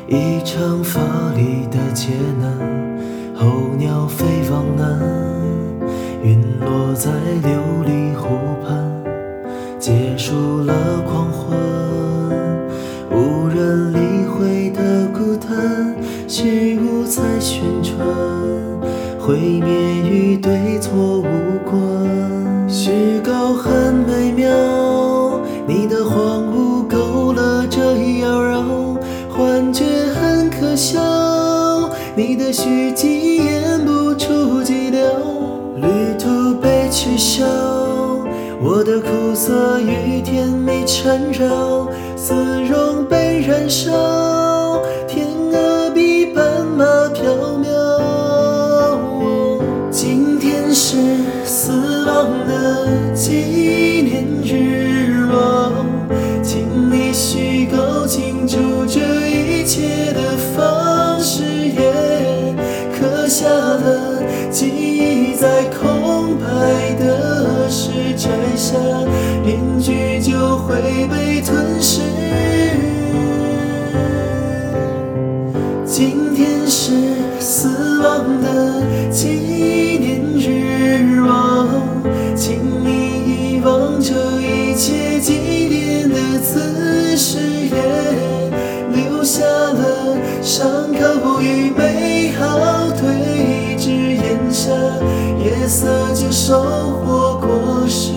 一场华丽的劫难，候鸟飞往南，陨落在琉璃湖畔，结束了狂欢。无人理会的孤单，虚无在旋转，毁灭与对错无关。虚构很美妙，你的荒芜勾勒着妖娆，幻觉很可笑，你的虚迹演不出寂寥。旅途被取消，我的苦涩与甜蜜缠绕，丝绒被燃烧，天鹅比斑马缥缈。今天是死亡的纪念日落，请你虚构庆祝这一切的方式，也刻下了记忆在空白的时摘下面具就会被吞噬。今天是死亡的纪念日落，请你遗忘这一切激烈的姿势，也留下了伤口与美好对峙，眼下夜色就收获果实。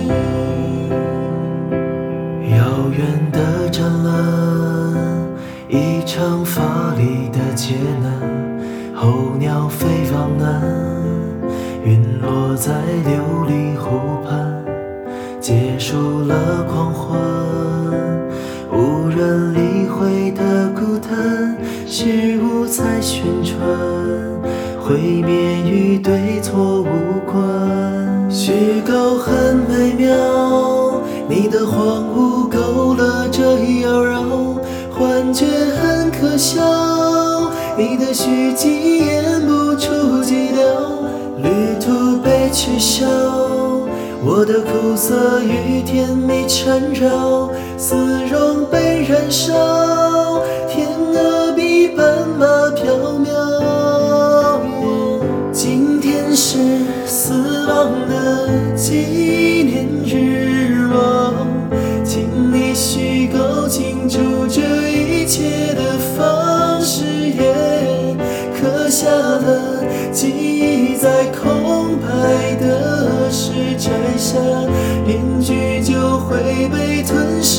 遥远的湛蓝，一场华丽的劫难，候鸟飞往南，陨落在琉璃湖畔，结束了狂欢。无人理会的孤单，虚无在旋转，毁灭与对错无关。虚构很美妙，你的荒芜勾勒着妖娆，幻觉很可笑，你的虚迹演不出寂寥。旅途被取消，我的苦涩与甜蜜缠绕，丝绒被燃烧，天鹅比斑马缥缈。今天是死亡的纪念日落，请你虚构庆祝这一切的方式，也刻下了记忆在空白的时摘下面具就会被吞噬。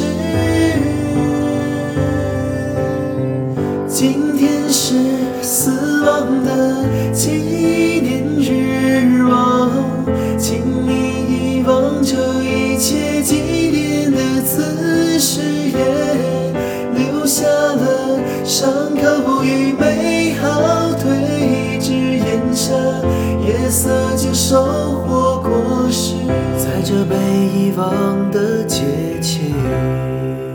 今天是死亡的纪念日落，请你遗忘这一切激烈的姿势，也留下了伤口与美好对峙，眼下夜色就收获果实。在这被遗忘的节气，